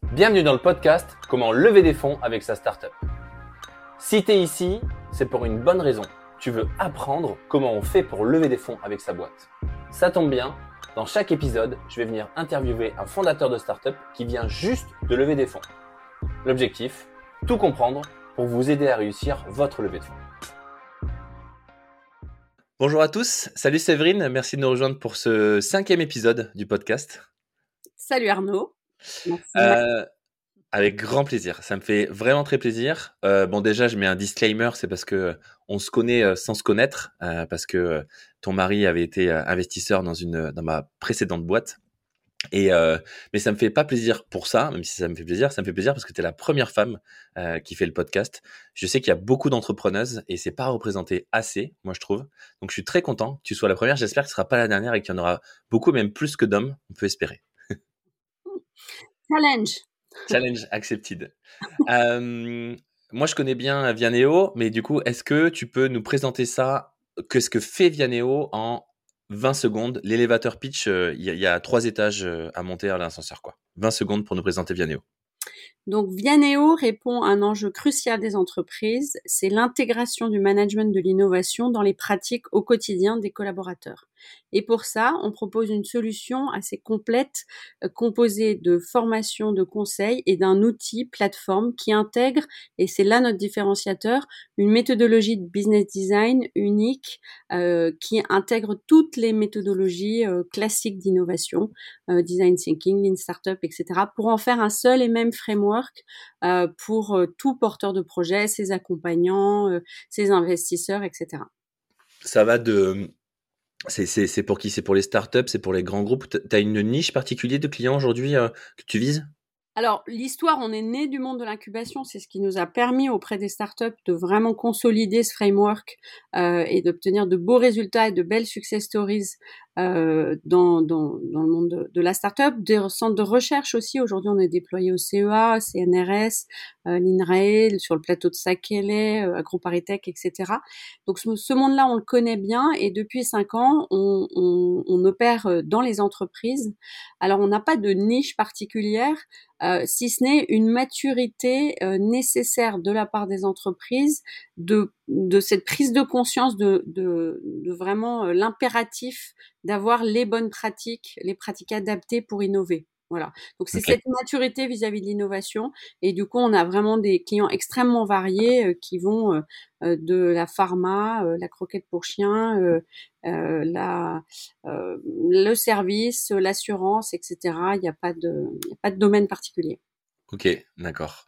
Bienvenue dans le podcast Comment lever des fonds avec sa startup. Si tu es ici, c'est pour une bonne raison. Tu veux apprendre comment on fait pour lever des fonds avec sa boîte. Ça tombe bien, dans chaque épisode, je vais venir interviewer un fondateur de startup qui vient juste de lever des fonds. L'objectif, tout comprendre pour vous aider à réussir votre levée de fonds. Bonjour à tous, salut Séverine, merci de nous rejoindre pour ce 5e épisode du podcast. Salut Arnaud. Avec grand plaisir, ça me fait vraiment très plaisir. Bon déjà, je mets un disclaimer, c'est parce que on se connaît sans se connaître, parce que ton mari avait été investisseur dans ma précédente boîte. Mais ça me fait pas plaisir pour ça, même si ça me fait plaisir parce que tu es la première femme qui fait le podcast. Je sais qu'il y a beaucoup d'entrepreneuses et c'est pas représenté assez, moi je trouve. Donc je suis très content que tu sois la première. J'espère que ce sera pas la dernière et qu'il y en aura beaucoup, même plus que d'hommes, on peut espérer. Challenge accepted. Moi, je connais bien Vianeo, mais du coup, est-ce que tu peux nous présenter ça, qu'est-ce que fait Vianeo en 20 secondes? L'élévateur pitch, il y a 3 étages à monter à l'ascenseur, quoi. 20 secondes pour nous présenter Vianeo. Donc Vianeo répond à un enjeu crucial des entreprises, c'est l'intégration du management de l'innovation dans les pratiques au quotidien des collaborateurs. Et pour ça, on propose une solution assez complète, composée de formation, de conseils et d'un outil plateforme qui intègre, et c'est là notre différenciateur, une méthodologie de business design unique qui intègre toutes les méthodologies classiques d'innovation, design thinking, lean startup, etc., pour en faire un seul et même framework pour tout porteur de projet, ses accompagnants, ses investisseurs, etc. Ça va de... C'est pour qui? C'est pour les startups? C'est pour les grands groupes? Tu as une niche particulière de clients aujourd'hui que tu vises? Alors, l'histoire, on est né du monde de l'incubation, c'est ce qui nous a permis auprès des startups de vraiment consolider ce framework et d'obtenir de beaux résultats et de belles success stories dans le monde de la startup. Des centres de recherche aussi, aujourd'hui on est déployé au CEA, CNRS, l'INRAE, sur le plateau de Sakele, AgroParisTech, etc. Donc ce monde-là, on le connaît bien et depuis 5 ans, on opère dans les entreprises. Alors, on n'a pas de niche particulière, si ce n'est une maturité nécessaire de la part des entreprises de cette prise de conscience de vraiment l'impératif d'avoir les bonnes pratiques, les pratiques adaptées pour innover. Voilà. Donc c'est Okay. cette maturité vis-à-vis de l'innovation et du coup on a vraiment des clients extrêmement variés qui vont de la pharma, la croquette pour chien, le service, l'assurance, etc. Il n'y a pas de domaine particulier. Ok, d'accord.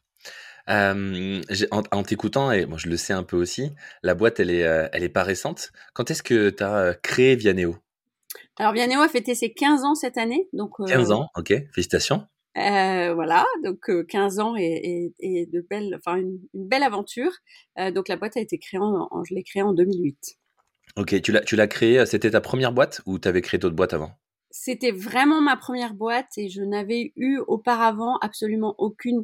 En t'écoutant, et moi je le sais un peu aussi, la boîte elle est pas récente. Quand est-ce que tu as créé Vianeo? Alors Vianeo a fêté ses 15 ans cette année, donc 15 ans, ok, félicitations. voilà, donc 15 ans et de belles, enfin une belle aventure. Donc la boîte a été créée je l'ai créée en 2008. Ok, tu l'as créé, c'était ta première boîte ou tu avais créé d'autres boîtes avant? C'était vraiment ma première boîte et je n'avais eu auparavant absolument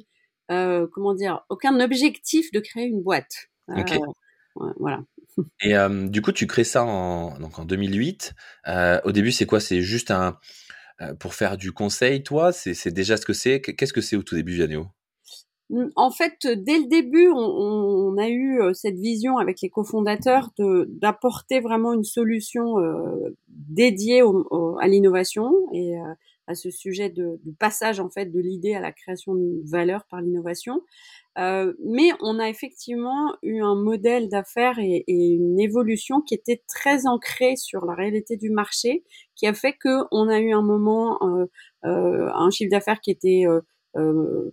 aucun objectif de créer une boîte. Ok. Voilà. Et du coup, tu crées ça donc en 2008. Au début, c'est quoi? C'est juste pour faire du conseil, toi? C'est déjà ce que c'est? Qu'est-ce que c'est au tout début, Vianeo? En fait, dès le début, on a eu cette vision avec les cofondateurs d'apporter vraiment une solution dédiée à l'innovation et à ce sujet du passage en fait de l'idée à la création de valeur par l'innovation. Mais on a effectivement eu un modèle d'affaires et une évolution qui était très ancrée sur la réalité du marché, qui a fait que on a eu un moment un chiffre d'affaires qui était euh,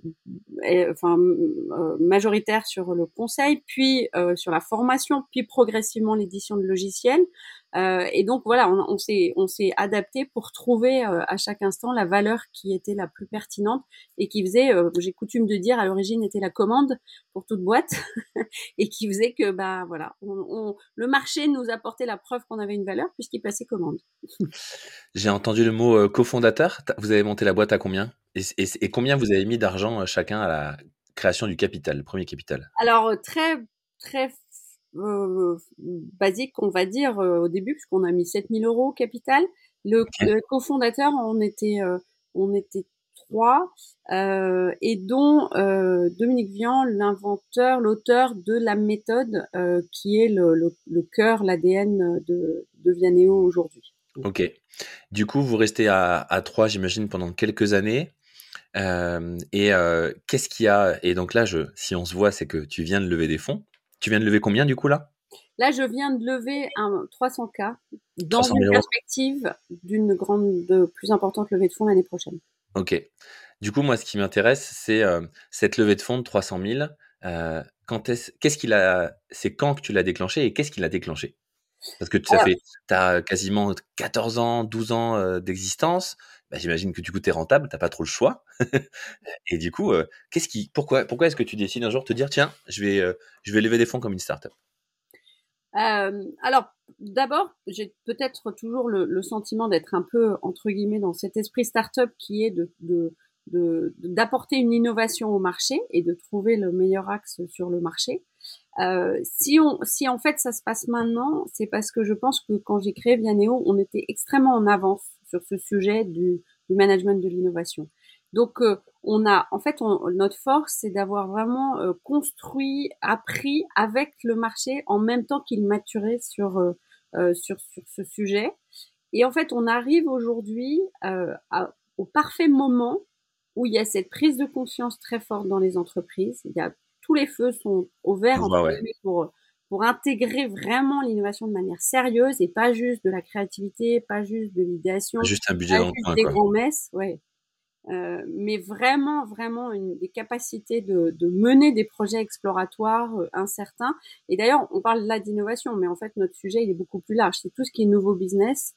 majoritaire sur le conseil, puis sur la formation, puis progressivement l'édition de logiciels. Et donc voilà, on s'est adapté pour trouver à chaque instant la valeur qui était la plus pertinente et qui faisait, j'ai coutume de dire, à l'origine était la commande pour toute boîte et qui faisait que voilà, le marché nous apportait la preuve qu'on avait une valeur puisqu'il passait commande. J'ai entendu le mot cofondateur. Vous avez monté la boîte à combien? Et combien vous avez mis d'argent chacun à la création du capital, le premier capital? Alors très très basique, on va dire au début, puisqu'on a mis 7 000 € au capital. Le Ok. cofondateur, on était trois, et dont Dominique Vian, l'inventeur, l'auteur de la méthode qui est le cœur, l'ADN de Vianéo aujourd'hui. Ok. Du coup, vous restez à 3, j'imagine, pendant quelques années. Qu'est-ce qu'il y a? Et donc là, si on se voit, c'est que tu viens de lever des fonds. Tu viens de lever combien du coup là? Là, je viens de lever un 300K dans 300 une 000 euros. perspective de plus importante levée de fonds l'année prochaine. Ok. Du coup, moi, ce qui m'intéresse, c'est cette levée de fonds de 300 000. C'est quand que tu l'as déclenché et qu'est-ce qui l'a déclenché? Parce que Alors, t'as quasiment 14 ans, 12 ans d'existence. Bah, j'imagine que du coup, t'es rentable, t'as pas trop le choix. Et du coup, pourquoi est-ce que tu décides un jour de te dire, tiens, je vais lever des fonds comme une startup? alors, d'abord, j'ai peut-être toujours le sentiment d'être un peu, entre guillemets, dans cet esprit startup qui est d'apporter une innovation au marché et de trouver le meilleur axe sur le marché. Si en fait ça se passe maintenant, c'est parce que je pense que quand j'ai créé Vianéo, on était extrêmement en avance sur ce sujet du management de l'innovation. Donc notre force, c'est d'avoir vraiment construit, appris avec le marché en même temps qu'il maturait sur ce sujet. Et en fait, on arrive aujourd'hui au parfait moment où il y a cette prise de conscience très forte dans les entreprises. Tous les feux sont au Je vert entre vois, ouais. guillemets pour intégrer vraiment l'innovation de manière sérieuse et pas juste de la créativité, pas juste de l'idéation, Juste un budget pas dans le juste coin, des quoi. grands-messes, ouais. Mais vraiment, vraiment des capacités de mener des projets exploratoires incertains. Et d'ailleurs, on parle là d'innovation, mais en fait, notre sujet, il est beaucoup plus large. C'est tout ce qui est nouveau business,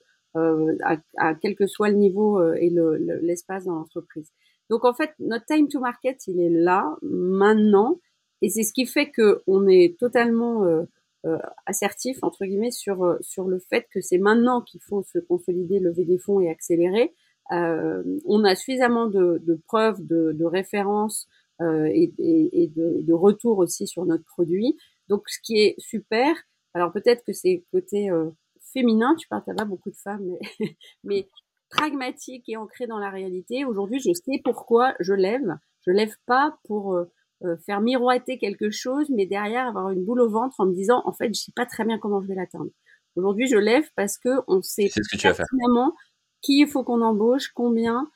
à quel que soit le niveau et l'espace dans l'entreprise. Donc, en fait, notre time to market, il est là, maintenant, et c'est ce qui fait que on est totalement assertif, entre guillemets, sur le fait que c'est maintenant qu'il faut se consolider, lever des fonds et accélérer. On a suffisamment de preuves, de références et de retours aussi sur notre produit. Donc, ce qui est super, alors peut-être que c'est côté féminin, tu parles, t'as pas beaucoup de femmes, mais pragmatique et ancré dans la réalité. Aujourd'hui, je sais pourquoi je lève. Je lève pas pour faire miroiter quelque chose, mais derrière avoir une boule au ventre en me disant, en fait, je sais pas très bien comment je vais l'atteindre. Aujourd'hui, je lève parce que on Tu sait sais ce que tu vas faire. pertinemment qui il faut qu'on embauche, combien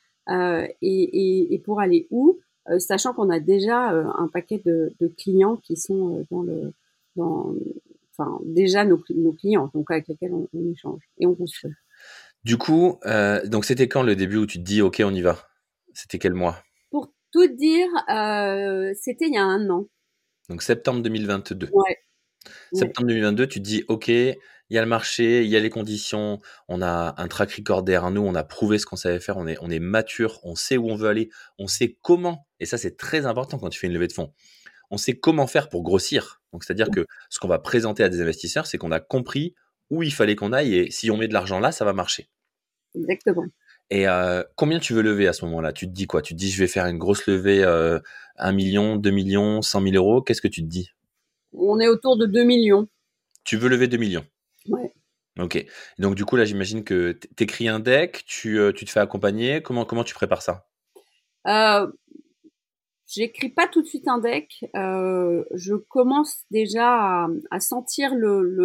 et pour aller où, sachant qu'on a déjà un paquet de clients qui sont dans, enfin déjà nos clients, donc avec lesquels on échange et on construit. Du coup, donc c'était quand le début où tu te dis, OK, on y va? C'était quel mois? Pour tout dire, c'était il y a un an. Donc septembre 2022. Ouais, ouais. Septembre 2022, tu te dis, OK, il y a le marché, il y a les conditions, on a un track record derrière nous, on a prouvé ce qu'on savait faire, on est mature, on sait où on veut aller, on sait comment, et ça c'est très important quand tu fais une levée de fonds, on sait comment faire pour grossir. Donc c'est-à-dire que ce qu'on va présenter à des investisseurs, c'est qu'on a compris où il fallait qu'on aille, et si on met de l'argent là, ça va marcher. Exactement. Et combien tu veux lever à ce moment-là? Tu te dis quoi? Tu te dis, je vais faire une grosse levée, 1 million, 2 millions, 100 000 euros. Qu'est-ce que tu te dis? On est autour de 2 millions. Tu veux lever 2 millions. Ouais. Ok. Et donc du coup, là, j'imagine que t'écris un deck, tu te fais accompagner. Comment tu prépares ça? Euh, J'écris pas tout de suite un deck. Je commence déjà à sentir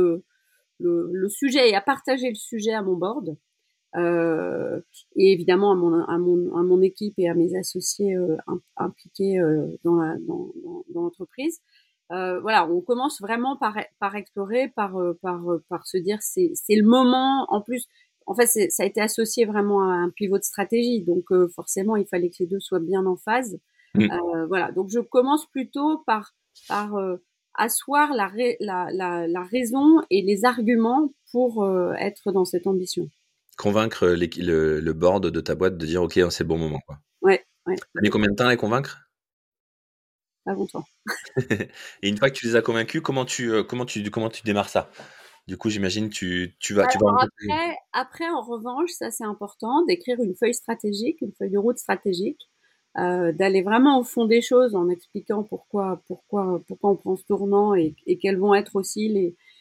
le sujet et à partager le sujet à mon board. Euh, et évidemment à mon équipe et à mes associés impliqués dans l'entreprise. Voilà, on commence vraiment par explorer, par se dire c'est le moment. En plus, en fait, ça a été associé vraiment à un pivot de stratégie, donc forcément, il fallait que les deux soient bien en phase. Mm. Voilà, donc je commence plutôt par asseoir la raison et les arguments pour être dans cette ambition. Convaincre le board de ta boîte de dire, ok, c'est le bon moment, quoi. Ouais, ouais, T'as mis combien de temps à les convaincre? pas longtemps. Et une fois que tu les as convaincus, comment tu démarres ça? Du coup, j'imagine tu vas Alors rencontrer. après, en revanche, ça c'est important, d'écrire une feuille stratégique, une feuille de route stratégique, d'aller vraiment au fond des choses en expliquant pourquoi on prend ce tournant et quels vont être aussi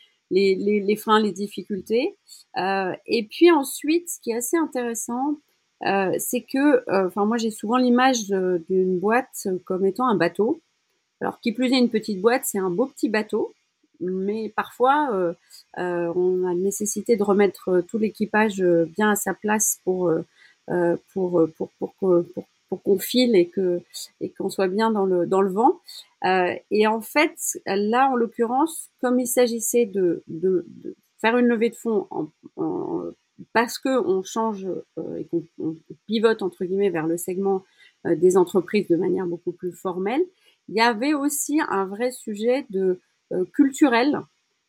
les freins, les difficultés. Et puis ensuite, ce qui est assez intéressant, c'est que, enfin moi j'ai souvent l'image d'une boîte comme étant un bateau. Alors qui plus est une petite boîte, c'est un beau petit bateau, mais parfois on a la nécessité de remettre tout l'équipage bien à sa place pour qu'on file et qu'on soit bien dans le vent. Et en fait, là en l'occurrence, comme il s'agissait de faire une levée de fonds parce que on change et qu'on on pivote entre guillemets vers le segment des entreprises de manière beaucoup plus formelle, il y avait aussi un vrai sujet de culturel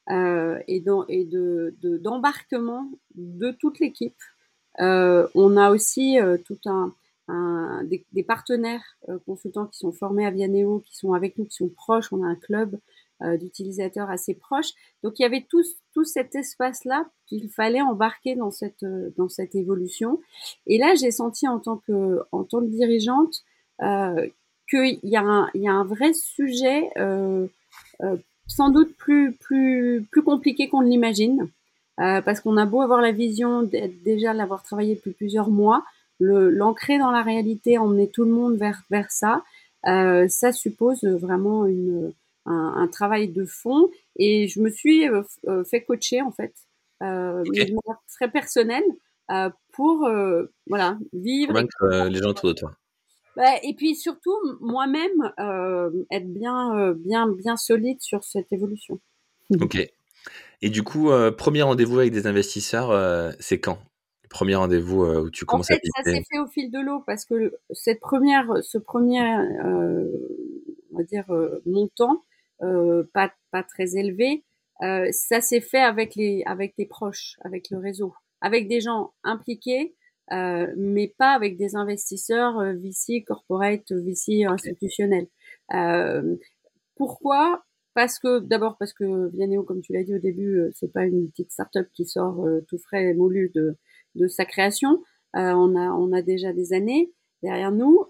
d'embarquement de toute l'équipe. On a aussi tout des partenaires consultants qui sont formés à Vianeo, qui sont avec nous, qui sont proches. On a un club d'utilisateurs assez proches. Donc il y avait tout cet espace-là qu'il fallait embarquer dans cette évolution. Et là, j'ai senti en tant que dirigeante qu'il il y a un vrai sujet euh, sans doute plus compliqué qu'on ne l'imagine, parce qu'on a beau avoir la vision déjà l'avoir travaillé depuis plusieurs mois, l'ancrer dans la réalité, emmener tout le monde vers ça, ça suppose vraiment un travail de fond. Et je me suis fait coacher en fait, mais de Ok. manière très personnelle, pour voilà vivre et Convaincre les gens autour de toi. bah, et puis surtout moi-même être bien solide sur cette évolution. Ok. Et du coup, premier rendez-vous avec des investisseurs, c'est quand? Le premier rendez-vous où tu En commences à fait, ça pitcher? s'est fait au fil de l'eau parce que ce premier, on va dire montant, pas très élevé, ça s'est fait avec les proches, avec le réseau, avec des gens impliqués, mais pas avec des investisseurs VC corporate, VC Ok. institutionnels. Euh, Pourquoi? D'abord parce que Vianeo, comme tu l'as dit au début, c'est pas une petite start-up qui sort tout frais et moulu de sa création. On a déjà des années derrière nous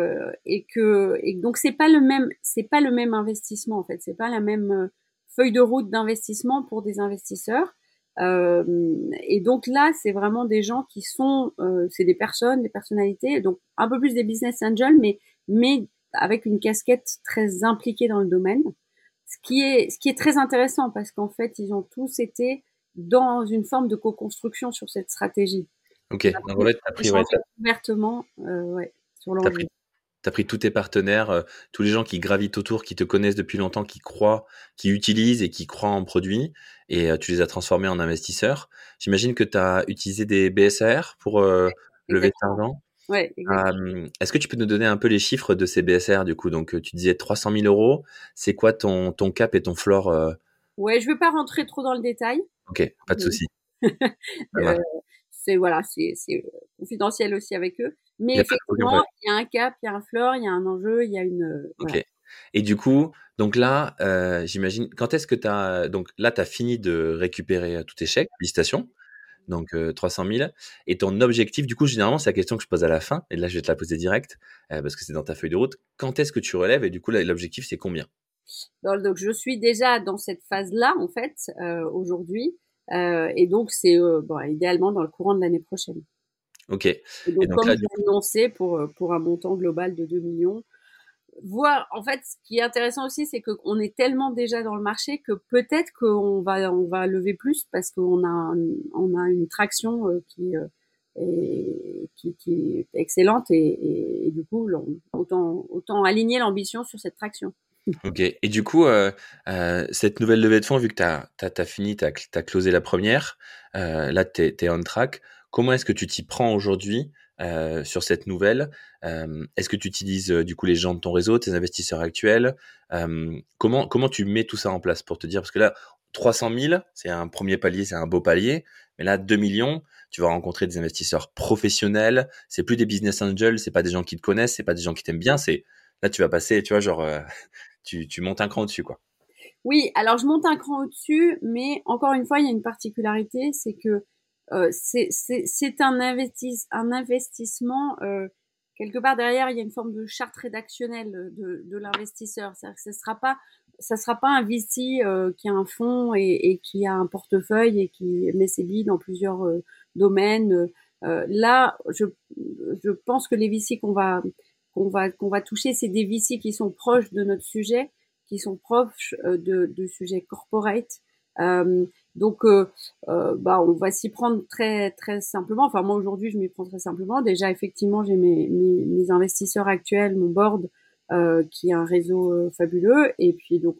et donc c'est pas le même investissement en fait, c'est pas la même feuille de route d'investissement pour des investisseurs. Euh, et donc là, c'est vraiment des gens qui sont, c'est des personnes, des personnalités, donc un peu plus des business angels, mais avec une casquette très impliquée dans le domaine, ce qui est très intéressant parce qu'en fait, ils ont tous été dans une forme de co-construction sur cette stratégie. Ok. On a Donc en pu fait, t'as pris, ouais, échanger ouvertement ouais, sur t'as l'enjeu. pris T'as pris tous tes partenaires, tous les gens qui gravitent autour, qui te connaissent depuis longtemps, qui croient, qui utilisent et qui croient en produit, et tu les as transformés en investisseurs. J'imagine que tu as utilisé des BSR pour lever cet Exactement. argent. Ouais, exactement. Est-ce que tu peux nous donner un peu les chiffres de ces BSR du coup? Donc tu disais 300 000 euros. C'est quoi ton cap et ton floor? Ouais, je ne vais pas rentrer trop dans le détail. Ok, pas de souci. Ça Euh, marche. c'est voilà, c'est confidentiel aussi avec eux. Il Mais n'y a pas aucun effectivement, problème. il y a un cap, il y a un floor, il y a un enjeu, il y a Ok. voilà. Et du coup, donc là, j'imagine, quand est-ce que tu as, donc là, tu as fini de récupérer tous tes chèques, félicitations. Donc 300 000. Et ton objectif, du coup, généralement, c'est la question que je pose à la fin. Et là, je vais te la poser direct parce que c'est dans ta feuille de route. Quand est-ce que tu relèves? Et du coup, là, l'objectif, c'est combien? Donc je suis déjà dans cette phase-là en fait aujourd'hui, et donc c'est bon, idéalement dans le courant de l'année prochaine. Ok. Et Et donc donc comme là, je du l'ai annoncé pour un montant global de 2 millions. Voir, en fait, ce qui est intéressant aussi, c'est qu'on est tellement déjà dans le marché que peut-être on va lever plus parce on a une traction qui est excellente et du coup, autant aligner l'ambition sur cette traction. ok. Et du coup, cette nouvelle levée de fonds, vu que tu as fini, tu as closé la première, là, tu es on track. Comment est-ce que tu t'y prends aujourd'hui sur cette nouvelle? Est-ce que tu utilises du coup les gens de ton réseau, tes investisseurs actuels? Comment tu mets tout ça en place pour te dire, parce que là, 300 000, c'est un premier palier, c'est un beau palier, mais là, 2 millions, tu vas rencontrer des investisseurs professionnels, c'est plus des business angels, c'est pas des gens qui te connaissent, c'est pas des gens qui t'aiment bien, c'est là, tu vas passer, tu vois, genre, tu montes un cran au-dessus, quoi. Oui, alors je monte un cran au-dessus, mais encore une fois, il y a une particularité, c'est que c'est un investissement. Quelque part derrière, il y a une forme de charte rédactionnelle de l'investisseur. C'est-à-dire que ça sera pas un VC qui a un fonds et qui a un portefeuille et qui met ses billes dans plusieurs domaines. Là, je pense que les VC qu'on va toucher, c'est des VC qui sont proches de notre sujet, qui sont proches de sujets corporate. Donc, on va s'y prendre très très simplement. Enfin, moi aujourd'hui, je m'y prends très simplement. Déjà, effectivement, j'ai mes investisseurs actuels, mon board, qui est un réseau fabuleux. Et puis donc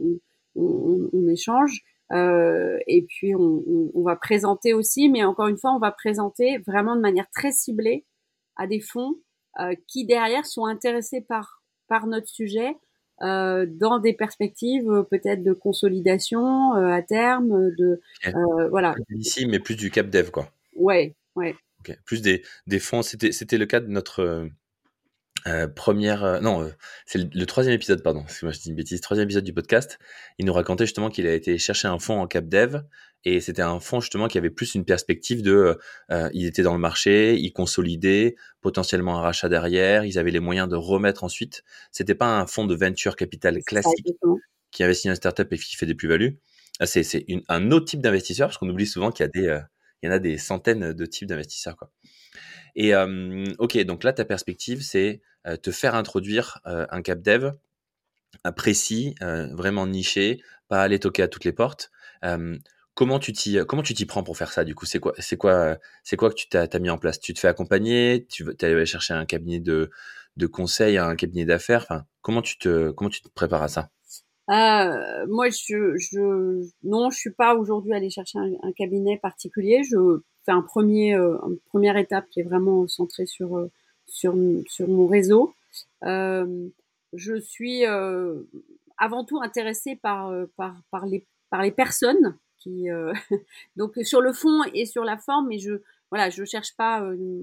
on échange. Et puis on va présenter aussi, mais encore une fois, on va présenter vraiment de manière très ciblée à des fonds qui derrière sont intéressés par notre sujet dans des perspectives peut-être de consolidation à terme, Ok. voilà. Ici, mais plus du cap dev, quoi. Ouais, ouais. Ok. Plus des fonds. C'était le cas de notre première. Non, c'est le troisième épisode, pardon. Parce que moi, je dis une bêtise. Troisième épisode du podcast. Il nous racontait justement qu'il a été chercher un fonds en cap dev. Et c'était un fonds justement qui avait plus une perspective de. Ils étaient dans le marché, ils consolidaient, potentiellement un rachat derrière, ils avaient les moyens de remettre ensuite. C'était pas un fonds de venture capital C'est ça, classique exactement. qui investit dans une startup et qui fait des plus-values. C'est un autre type d'investisseur, parce qu'on oublie souvent qu'il y a il y en a des centaines de types d'investisseurs, quoi. Et ok, donc là, ta perspective, c'est te faire introduire un cap dev précis, vraiment niché, pas aller toquer à toutes les portes. Comment tu t'y prends pour faire ça, du coup? C'est quoi que tu t'as mis en place? Tu te fais accompagner? T'es allé chercher un cabinet de conseil, un cabinet d'affaires? Enfin, comment tu te prépares à ça? Moi, non, je suis pas aujourd'hui allée chercher un cabinet particulier. Je fais une première étape qui est vraiment centrée sur mon réseau. Euh, je suis avant tout intéressée par les personnes qui, donc sur le fond et sur la forme, mais voilà, je cherche pas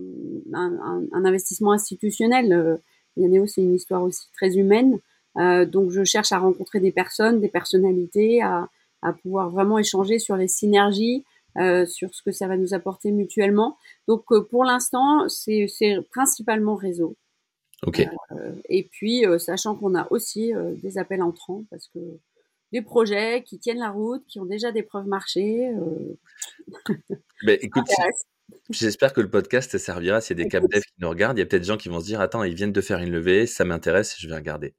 un investissement institutionnel. Yaneo, c'est une histoire aussi très humaine. Donc, je cherche à rencontrer des personnes, des personnalités, à pouvoir vraiment échanger sur les synergies, sur ce que ça va nous apporter mutuellement. Donc, pour l'instant, c'est principalement réseau. Ok. Et puis, sachant qu'on a aussi des appels entrants, parce que des projets qui tiennent la route, qui ont déjà des preuves marché, Ben, écoute, intéressent. j'espère que le podcast servira s'il y a des cap dev qui nous regardent. Il y a peut-être des gens qui vont se dire, attends, ils viennent de faire une levée, ça m'intéresse, je vais regarder.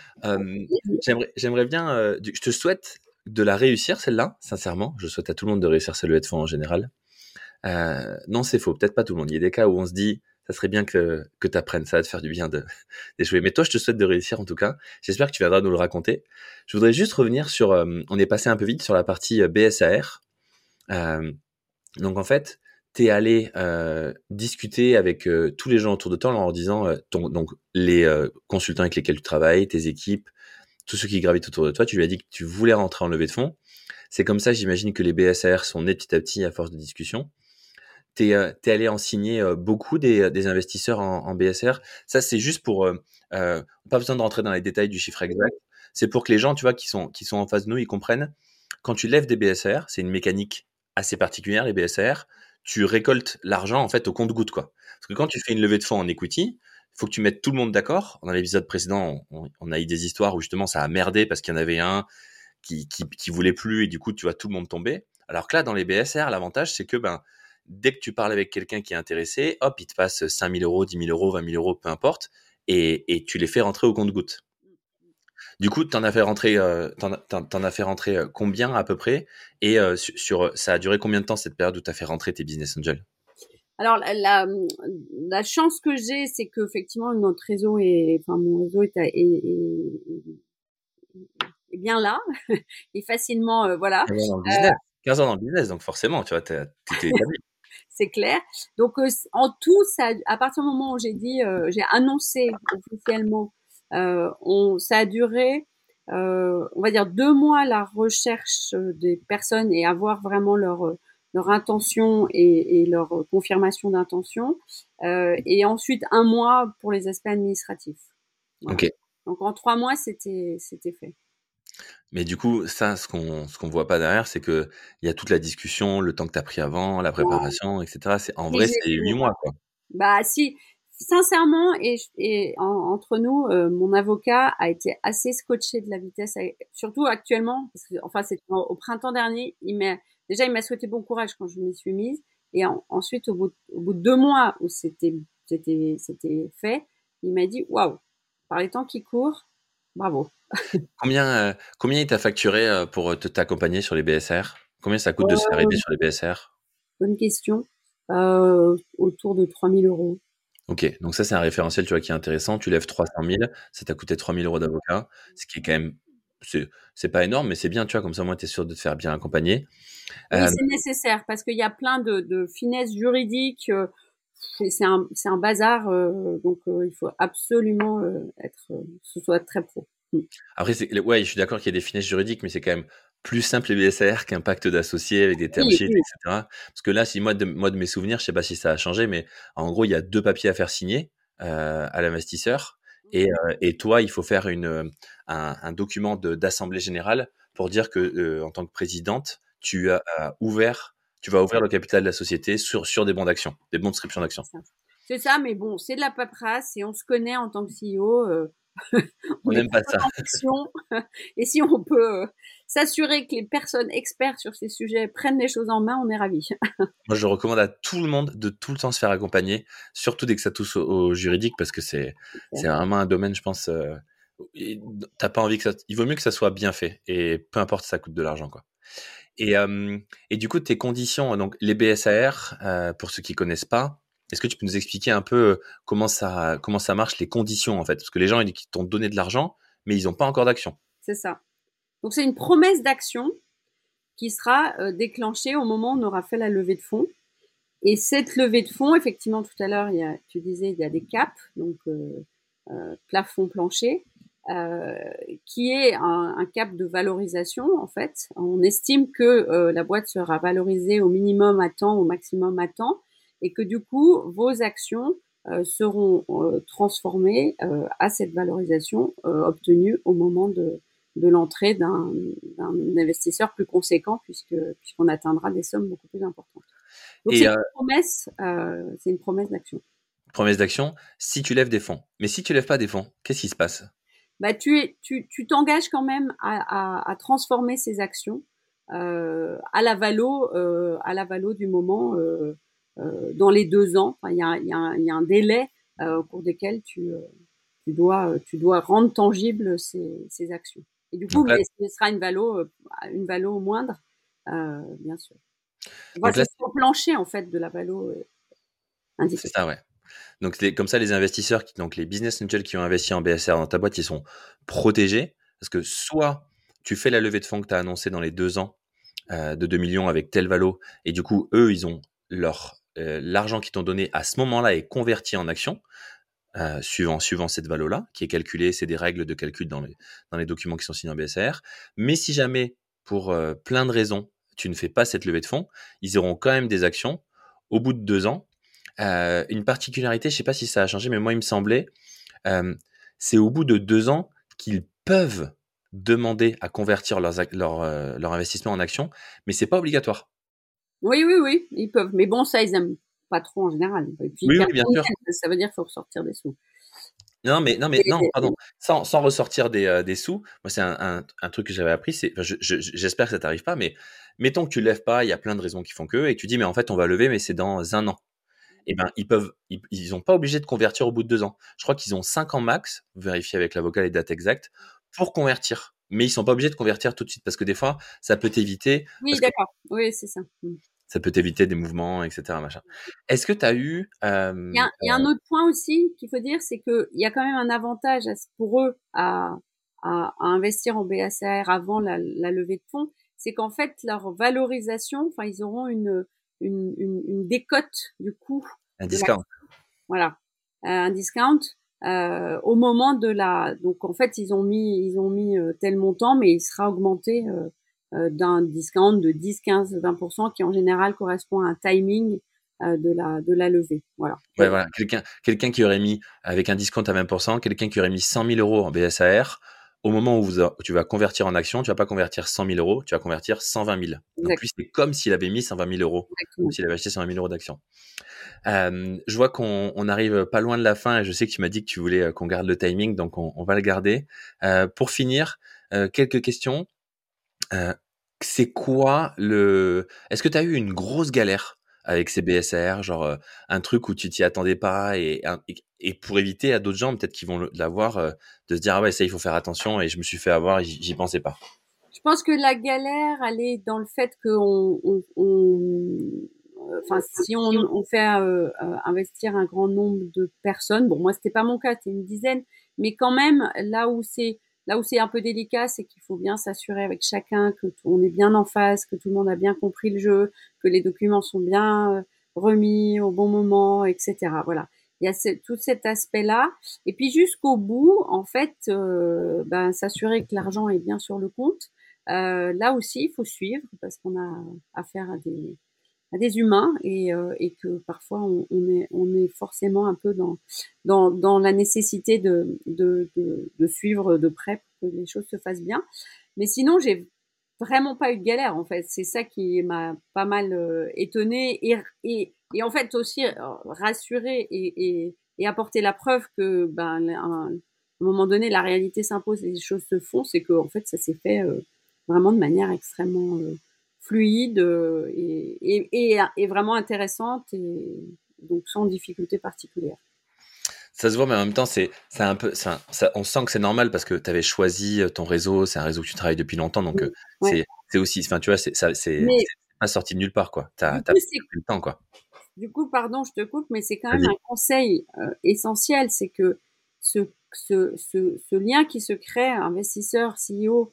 J'aimerais bien, je te souhaite de la réussir, celle-là, sincèrement. Je souhaite à tout le monde de réussir sa levée de fonds en général. Non, c'est faux, peut-être pas tout le monde. Il y a des cas où on se dit, ça serait bien que tu apprennes, ça va te faire du bien d'échouer. Mais toi, je te souhaite de réussir en tout cas. J'espère que tu viendras nous le raconter. Je voudrais juste revenir sur, on est passé un peu vite sur la partie BSAR. Donc en fait, t'es allé discuter avec tous les gens autour de toi en leur disant, donc les consultants avec lesquels tu travailles, tes équipes, tous ceux qui gravitent autour de toi, tu lui as dit que tu voulais rentrer en levée de fonds. C'est comme ça, j'imagine que les BSAR sont nés petit à petit à force de discussion. T'es allé en signer beaucoup des investisseurs en BSR. Ça, c'est juste pour pas besoin de rentrer dans les détails du chiffre exact. C'est pour que les gens, tu vois, qui sont en face de nous, ils comprennent. Quand tu lèves des BSR, c'est une mécanique assez particulière, les BSR. Tu récoltes l'argent en fait au compte-goutte, quoi. Parce que quand tu fais une levée de fonds en equity, il faut que tu mettes tout le monde d'accord. Dans l'épisode précédent, on a eu des histoires où justement ça a merdé parce qu'il y en avait un qui voulait plus et du coup tu vois tout le monde tomber. Alors que là, dans les BSR, l'avantage c'est que dès que tu parles avec quelqu'un qui est intéressé, hop, il te passe 5 000 euros, 10 000 euros, 20 000 euros, peu importe, et tu les fais rentrer au compte-goutte. Du coup, t'en as fait rentrer, t'en as fait rentrer combien à peu près? Et ça a duré combien de temps cette période où tu as fait rentrer tes business angels? Alors la chance que j'ai, c'est que effectivement notre réseau mon réseau est bien là et facilement voilà. 15 ans dans le business. 15 ans dans le business, donc forcément, tu vois, t'étais établi. C'est clair. Donc en tout, ça, à partir du moment où j'ai annoncé officiellement, ça a duré, on va dire 2 mois la recherche des personnes et avoir vraiment leur intention et leur confirmation d'intention, et ensuite 1 mois pour les aspects administratifs. Voilà. Ok. Donc en 3 mois, c'était fait. Mais du coup, ça, ce qu'on voit pas derrière, c'est que il y a toute la discussion, le temps que tu as pris avant, la préparation, etc. En Mais vrai, c'est 8 mois, quoi. bah si, sincèrement, entre nous, mon avocat a été assez scotché de la vitesse, surtout actuellement, parce que enfin c'était au printemps dernier. Il m'a souhaité bon courage quand je m'y suis mise, Et ensuite, au bout de 2 mois où c'était fait, il m'a dit, waouh, par les temps qui courent, bravo. Combien il t'a facturé pour t'accompagner sur les BSR? Combien ça coûte de Euh, s'arriver sur les BSR? Bonne question. Autour de 3 000 euros. Ok, donc ça c'est un référentiel, tu vois, qui est intéressant. Tu lèves 300 000, ça t'a coûté 3 000 euros d'avocat, ce qui est quand même, c'est pas énorme, mais c'est bien, tu vois, comme ça, moi, t'es sûr de te faire bien accompagner. Oui, Euh, c'est nécessaire parce qu'il y a plein de finesses juridiques. C'est un bazar, donc il faut absolument ce soit très pro. Mm. Après, ouais, je suis d'accord qu'il y a des finesses juridiques, mais c'est quand même plus simple les BSR qu'un pacte d'associés avec des term Oui, sheets, oui, etc. Parce que là, si moi de mes souvenirs, je sais pas si ça a changé, mais en gros, il y a 2 papiers à faire signer à l'investisseur, et toi, il faut faire un document d'assemblée générale pour dire que en tant que présidente, tu vas ouvrir le capital de la société sur des bons d'actions, des bons de souscription d'actions. c'est ça. C'est ça, mais bon, c'est de la paperasse et on se connaît en tant que CEO. On On est n'aime pas plutôt ça. dans l'action. Et si on peut s'assurer que les personnes expertes sur ces sujets prennent les choses en main, on est ravis. Moi, je recommande à tout le monde de tout le temps se faire accompagner, surtout dès que ça touche au juridique, parce que c'est vraiment un domaine, je pense, et t'as pas envie que il vaut mieux que ça soit bien fait, et peu importe si ça coûte de l'argent, quoi. Et du coup, tes conditions, donc les BSAR, pour ceux qui connaissent pas, est-ce que tu peux nous expliquer un peu comment ça marche, les conditions, en fait? Parce que les gens, ils t'ont donné de l'argent, mais ils ont pas encore d'action. C'est ça. Donc c'est une promesse d'action qui sera déclenchée au moment où on aura fait la levée de fonds. Et cette levée de fonds, effectivement, tout à l'heure, tu disais, il y a des caps, donc plafond plancher, euh, qui est un cap de valorisation, en fait. On estime que la boîte sera valorisée au minimum à temps, au maximum à temps, et que du coup, vos actions seront transformées à cette valorisation obtenue au moment de l'entrée d'un investisseur plus conséquent, puisqu'on atteindra des sommes beaucoup plus importantes. Donc Et c'est une promesse d'action. promesse d'action, si tu lèves des fonds. Mais si tu lèves pas des fonds, qu'est-ce qui se passe? Bah, tu t'engages quand même à transformer ces actions à la valo du moment dans les 2 ans. Enfin, il y a un délai au cours desquels tu dois rendre tangible ces actions. Et du coup, Donc là, mais ce sera une valo moindre, bien sûr. Enfin, donc là, c'est sur le plancher en fait de la valo c'est indiquée. ça, ouais. Donc comme ça, les investisseurs, donc les business angels qui ont investi en BSR dans ta boîte, ils sont protégés parce que soit tu fais la levée de fonds que tu as annoncée dans les 2 ans de 2 millions avec tel valo, et du coup, eux, ils ont l'argent qu'ils t'ont donné à ce moment-là est converti en action, suivant cette valo-là, qui est calculée, c'est des règles de calcul dans les documents qui sont signés en BSR. Mais si jamais, pour plein de raisons, tu ne fais pas cette levée de fonds, ils auront quand même des actions au bout de 2 ans. Une particularité, je sais pas si ça a changé, mais moi, il me semblait, c'est au bout de 2 ans qu'ils peuvent demander à convertir leur investissement en actions, mais c'est pas obligatoire. Oui, oui, oui, ils peuvent. Mais bon, ça, ils aiment pas trop en général. Et puis, Oui, oui, bien personne sûr. n'aime, ça veut dire qu'il faut ressortir des sous. Non, mais non, Et- pardon. Sans ressortir des sous, moi, c'est un truc que j'avais appris, c'est, enfin, j'espère que ça t'arrive pas, mais mettons que tu lèves pas, il y a plein de raisons qui font que, et tu dis, mais en fait, on va lever, mais c'est dans un an. Eh ben, ils ont pas obligé de convertir au bout de 2 ans. Je crois qu'ils ont 5 ans max, vérifier avec l'avocat les dates exactes, pour convertir. Mais ils sont pas obligés de convertir tout de suite parce que des fois, ça peut t'éviter, Oui, parce que d'accord. Oui, c'est ça. ça peut t'éviter des mouvements, etc., machin. Est-ce que tu as eu, Il y a un autre point aussi qu'il faut dire, c'est qu'il y a quand même un avantage pour eux à investir en BACR avant la levée de fonds, c'est qu'en fait, leur valorisation, enfin, ils auront une décote du coût un de la, discount? voilà, un discount au moment de la. Donc en fait, ils ont mis tel montant, mais il sera augmenté d'un discount de 10, 15, 20% qui en général correspond à un timing de la levée. Voilà. Ouais, voilà. Quelqu'un qui aurait mis, avec un discount à 20%, quelqu'un qui aurait mis 100 000 euros en BSAR, au moment où tu vas convertir en action, tu vas pas convertir 100 000 euros, tu vas convertir 120 000. Donc lui, c'est comme s'il avait mis 120 000 euros, comme Exactement. s'il avait acheté 120 000 euros d'actions. Je vois qu'on arrive pas loin de la fin, et je sais que tu m'as dit que tu voulais qu'on garde le timing, donc on va le garder. Pour finir, quelques questions. Euh, c'est quoi est-ce que tu as eu une grosse galère avec ces BSR, genre un truc où tu t'y attendais pas et pour éviter à d'autres gens peut-être qui vont l'avoir de se dire ah ouais ça il faut faire attention et je me suis fait avoir et j'y pensais pas. Je pense que la galère, elle est dans le fait que enfin, si on fait investir un grand nombre de personnes, bon, moi, c'était pas mon cas, c'était une dizaine, mais quand même, là où c'est un peu délicat, c'est qu'il faut bien s'assurer avec chacun que on est bien en phase, que tout le monde a bien compris le jeu, que les documents sont bien remis au bon moment, etc. Voilà. Il y a tout cet aspect-là. Et puis jusqu'au bout, en fait, ben, s'assurer que l'argent est bien sur le compte. Là aussi, il faut suivre parce qu'on a affaire à des humains et que parfois on est forcément un peu dans la nécessité de suivre de près pour que les choses se fassent bien. Mais sinon, j'ai vraiment pas eu de galère en fait. C'est ça qui m'a pas mal étonnée et en fait aussi rassurée et apporter la preuve que à un moment donné la réalité s'impose et les choses se font. C'est que en fait ça s'est fait vraiment de manière extrêmement fluide et vraiment intéressante et donc sans difficulté particulière. Ça se voit, mais en même temps, c'est un peu, on sent que c'est normal parce que tu avais choisi ton réseau, c'est un réseau que tu travailles depuis longtemps, donc Ouais. c'est aussi, enfin, tu vois, c'est Mais pas sorti de nulle part, quoi. du T'as coup, pris le temps, quoi. du coup, pardon, je te coupe, mais c'est quand même Vas-y. un conseil essentiel, c'est que ce lien qui se crée, investisseur, CEO,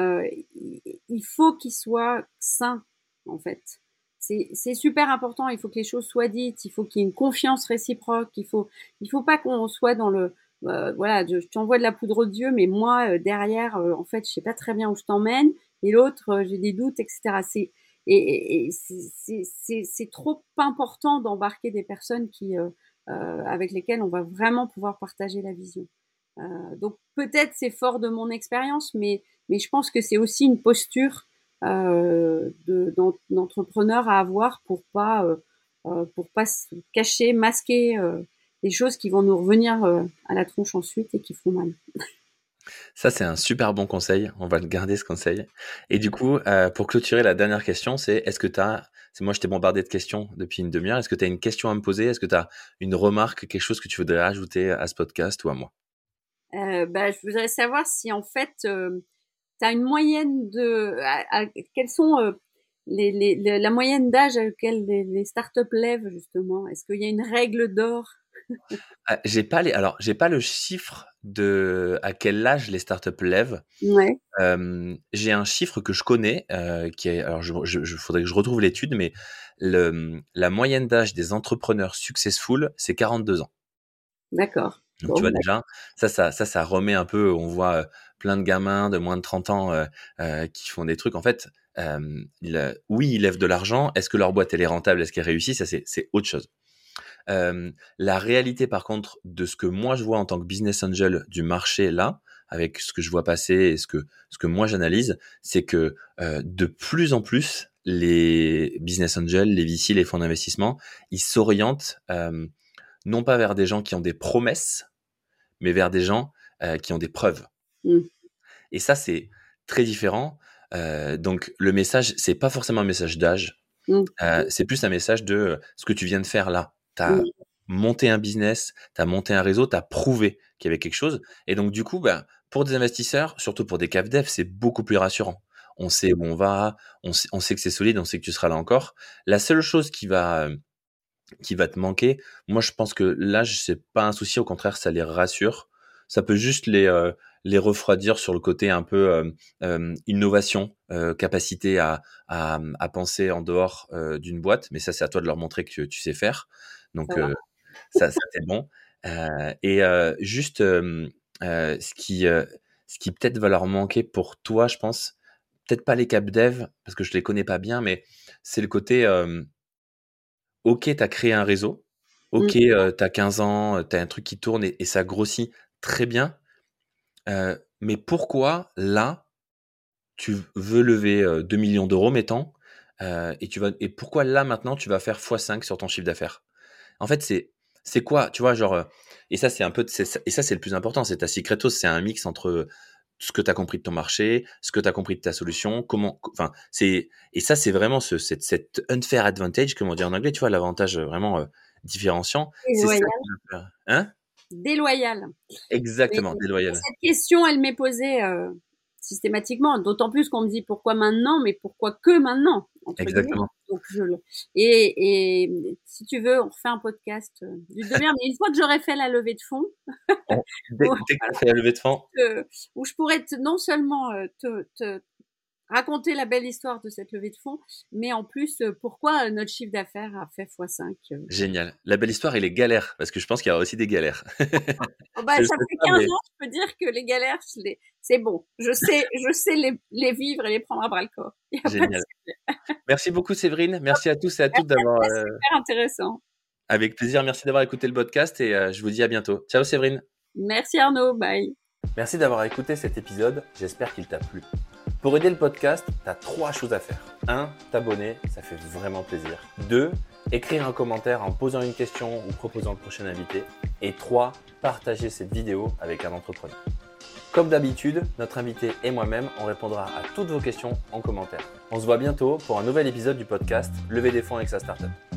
il faut qu'il soit sain, en fait. C'est super important, il faut que les choses soient dites, il faut qu'il y ait une confiance réciproque, il faut pas qu'on soit dans le, voilà, je t'envoie de la poudre d'yeux, mais moi, derrière, en fait, je sais pas très bien où je t'emmène, et l'autre, j'ai des doutes, etc. Et c'est trop important d'embarquer des personnes avec lesquelles on va vraiment pouvoir partager la vision. Donc peut-être c'est fort de mon expérience, mais je pense que c'est aussi une posture d'entrepreneur à avoir pour pas se cacher, masquer des choses qui vont nous revenir à la tronche ensuite et qui font mal. Ça, c'est un super bon conseil. On va le garder, ce conseil. Et du coup, pour clôturer, la dernière question, moi, je t'ai bombardé de questions depuis une demi-heure. Est-ce que tu as une question à me poser? Est-ce que tu as une remarque, quelque chose que tu voudrais ajouter à ce podcast ou à moi? Je voudrais savoir si en fait tu as une moyenne quelles sont la moyenne d'âge à laquelle les startups lèvent justement. Est-ce qu'il y a une règle d'or? J'ai pas le chiffre de à quel âge les startups lèvent. Ouais, J'ai un chiffre que je connais, qui est, alors faudrait que je retrouve l'étude, mais la moyenne d'âge des entrepreneurs successful, c'est 42 ans. d'accord. Donc tu Bon, vois déjà, ça remet un peu, on voit plein de gamins de moins de 30 ans qui font des trucs. En fait, oui, ils lèvent de l'argent. Est-ce que leur boîte elle est rentable? Est-ce qu'elle réussit? Ça, c'est autre chose. La réalité, par contre, de ce que moi je vois en tant que business angel du marché là, avec ce que je vois passer et ce que moi j'analyse, c'est que de plus en plus, les business angels, les VC, les fonds d'investissement, ils s'orientent non pas vers des gens qui ont des promesses, mais vers des gens qui ont des preuves. mm, Et ça, c'est très différent. Donc le message, c'est pas forcément un message d'âge, mm, c'est plus un message de ce que tu viens de faire là. Tu as mm, monté un business, tu as monté un réseau, tu as prouvé qu'il y avait quelque chose. Et donc, du coup, pour des investisseurs, surtout pour des cap dev, c'est beaucoup plus rassurant. On sait où on va, on sait que c'est solide, on sait que tu seras là encore. La seule chose qui va te manquer, moi, je pense que l'âge, c'est pas un souci. Au contraire, ça les rassure. Ça peut juste les refroidir sur le côté un peu innovation, capacité à penser en dehors d'une boîte. Mais ça, c'est à toi de leur montrer que tu sais faire. ça Donc, va. ça c'est bon. Et juste, ce qui peut-être va leur manquer pour toi, je pense, peut-être pas les cap dev, parce que je les connais pas bien, mais c'est le côté, OK, tu as créé un réseau. Mm, OK, tu as 15 ans, tu as un truc qui tourne et ça grossit très bien. Mais pourquoi là, tu veux lever 2 000 000 €, mettons, et pourquoi là, maintenant, tu vas faire x5 sur ton chiffre d'affaires? En fait, c'est quoi? Tu vois, genre, et ça, c'est un peu et ça, c'est le plus important, c'est ta secret sauce, c'est un mix entre ce que tu as compris de ton marché, ce que tu as compris de ta solution, et ça, c'est vraiment cette unfair advantage, comme on dit en anglais, tu vois, l'avantage vraiment différenciant. C'est ça Déloyal. qui va faire. Hein? Déloyal. Mais Exactement, déloyal. cette question, elle m'est posée systématiquement, d'autant plus qu'on me dit pourquoi maintenant, mais pourquoi que maintenant, entre guillemets. Exactement. Donc et si tu veux, on refait un podcast du demi-heure, mais une fois que j'aurai fait la levée de fonds, Dès où, que tu as fait la levée de fonds, où je pourrais non seulement te raconter la belle histoire de cette levée de fonds, mais en plus pourquoi notre chiffre d'affaires a fait x5. génial. La belle histoire et les galères, parce que je pense qu'il y aura aussi des galères. Oh bah, Je le ça sais fait pas, 15 mais ans, je peux dire que les galères, c'est bon. Je sais les vivre et les prendre à bras le corps. Il y a pas de génial. sujet. Merci beaucoup, Séverine. Merci à tous et à toutes d'avoir, C'est super intéressant. avec plaisir. Merci d'avoir écouté le podcast et je vous dis à bientôt. Ciao, Séverine. Merci Arnaud, bye. Merci d'avoir écouté cet épisode, j'espère qu'il t'a plu. Pour aider le podcast, tu as 3 choses à faire. 1. T'abonner, ça fait vraiment plaisir. 2. Écrire un commentaire en posant une question ou proposant le prochain invité. Et 3. Partager cette vidéo avec un entrepreneur. Comme d'habitude, notre invité et moi-même, on répondra à toutes vos questions en commentaire. On se voit bientôt pour un nouvel épisode du podcast Lever des fonds avec sa startup.